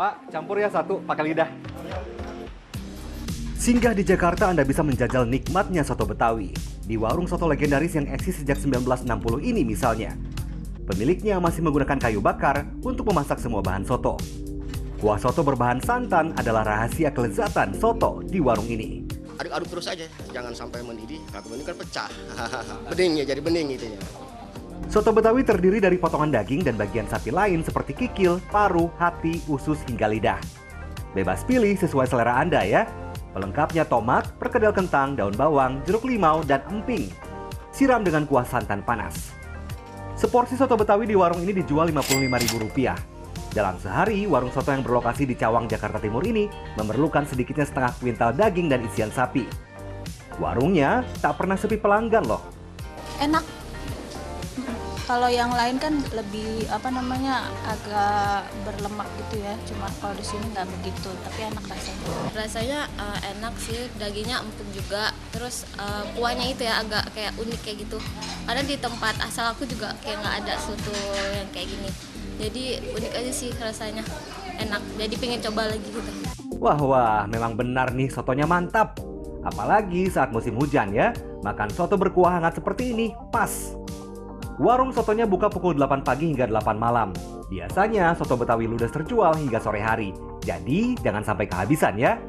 Pak, campur ya satu pakai lidah. Singgah di Jakarta, Anda bisa menjajal nikmatnya soto Betawi. Di warung soto legendaris yang eksis sejak 1960 ini misalnya. Pemiliknya masih menggunakan kayu bakar untuk memasak semua bahan soto. Kuah soto berbahan santan adalah rahasia kelezatan soto di warung ini. Aduk-aduk terus aja, jangan sampai mendidih. Kalau ini kan pecah, bening ya, jadi bening gitu ya. Soto Betawi terdiri dari potongan daging dan bagian sapi lain seperti kikil, paru, hati, usus, hingga lidah. Bebas pilih sesuai selera Anda ya. Pelengkapnya tomat, perkedel kentang, daun bawang, jeruk limau, dan emping. Siram dengan kuah santan panas. Seporsi soto Betawi di warung ini dijual Rp55.000. Dalam sehari, warung soto yang berlokasi di Cawang, Jakarta Timur ini memerlukan sedikitnya setengah kuintal daging dan isian sapi. Warungnya tak pernah sepi pelanggan loh. Enak. Kalau yang lain kan lebih agak berlemak gitu ya. Cuma kalau di sini nggak begitu, tapi enak rasanya. Rasanya enak sih, dagingnya empuk juga. Terus kuahnya itu ya agak kayak unik kayak gitu. Karena di tempat asal aku juga kayak nggak ada soto yang kayak gini. Jadi unik aja sih rasanya, enak. Jadi pengen coba lagi gitu. Wah, memang benar nih sotonya mantap. Apalagi saat musim hujan ya, makan soto berkuah hangat seperti ini pas. Warung sotonya buka pukul 8 pagi hingga 8 malam. Biasanya soto Betawi ludes terjual hingga sore hari. Jadi jangan sampai kehabisan ya.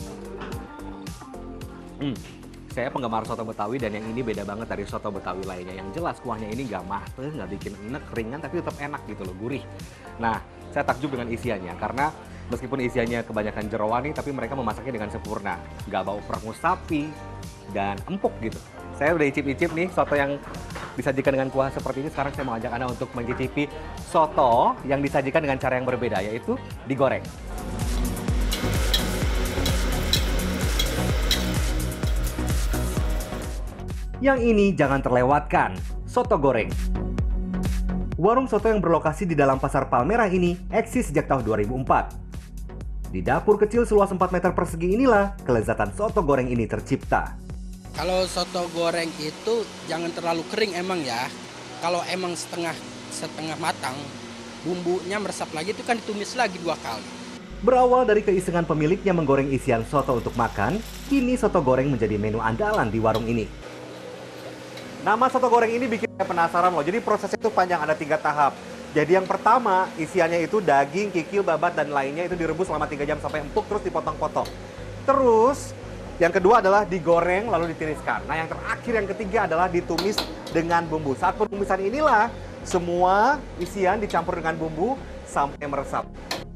Saya penggemar soto Betawi dan yang ini beda banget dari soto Betawi lainnya. Yang jelas kuahnya ini nggak mateh, nggak bikin enek, keringan, tapi tetap enak gitu loh, gurih. Nah, saya takjub dengan isiannya karena meskipun isiannya kebanyakan jeroan nih, tapi mereka memasaknya dengan sempurna. Nggak bau perangus sapi dan empuk gitu. Saya udah icip-icip nih soto yang disajikan dengan kuah seperti ini. Sekarang saya mau ajak Anda untuk mencicipi soto yang disajikan dengan cara yang berbeda, yaitu digoreng. Yang ini jangan terlewatkan, soto goreng. Warung soto yang berlokasi di dalam Pasar Palmerah ini eksis sejak tahun 2004. Di dapur kecil seluas 4 meter persegi inilah kelezatan soto goreng ini tercipta. Kalau soto goreng itu jangan terlalu kering emang ya. Kalau emang setengah matang, bumbunya meresap lagi itu kan ditumis lagi 2 kali. Berawal dari keisengan pemiliknya menggoreng isian soto untuk makan, kini soto goreng menjadi menu andalan di warung ini. Nama soto goreng ini bikin saya penasaran loh. Jadi prosesnya itu panjang, ada 3 tahap. Jadi yang pertama isiannya itu daging, kikil, babat, dan lainnya itu direbus selama 3 jam sampai empuk terus dipotong-potong. Terus yang kedua adalah digoreng lalu ditiriskan. Nah yang terakhir yang ketiga adalah ditumis dengan bumbu. Saat penumisan inilah semua isian dicampur dengan bumbu sampai meresap.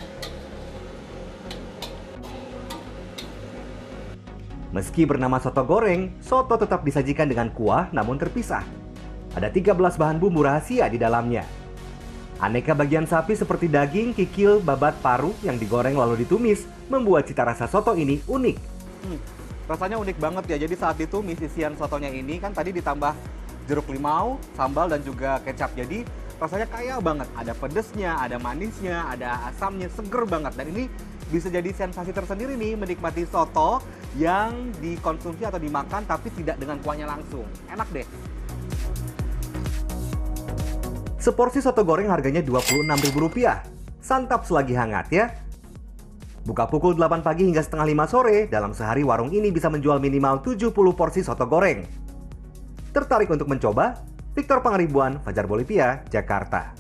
Meski bernama soto goreng, soto tetap disajikan dengan kuah namun terpisah. Ada 13 bahan bumbu rahasia di dalamnya. Aneka bagian sapi seperti daging, kikil, babat, paru yang digoreng lalu ditumis membuat cita rasa soto ini unik. Rasanya unik banget ya, jadi saat ditumis isian sotonya ini kan tadi ditambah jeruk limau, sambal, dan juga kecap. Jadi rasanya kaya banget, ada pedesnya, ada manisnya, ada asamnya, seger banget. Dan ini bisa jadi sensasi tersendiri nih menikmati soto yang dikonsumsi atau dimakan tapi tidak dengan kuahnya langsung. Enak deh. Seporsi soto goreng harganya Rp26.000. Santap selagi hangat ya. Buka pukul 8 pagi hingga setengah 5 sore, dalam sehari warung ini bisa menjual minimal 70 porsi soto goreng. Tertarik untuk mencoba? Victor Pangaribuan, Fajar Bolivia, Jakarta.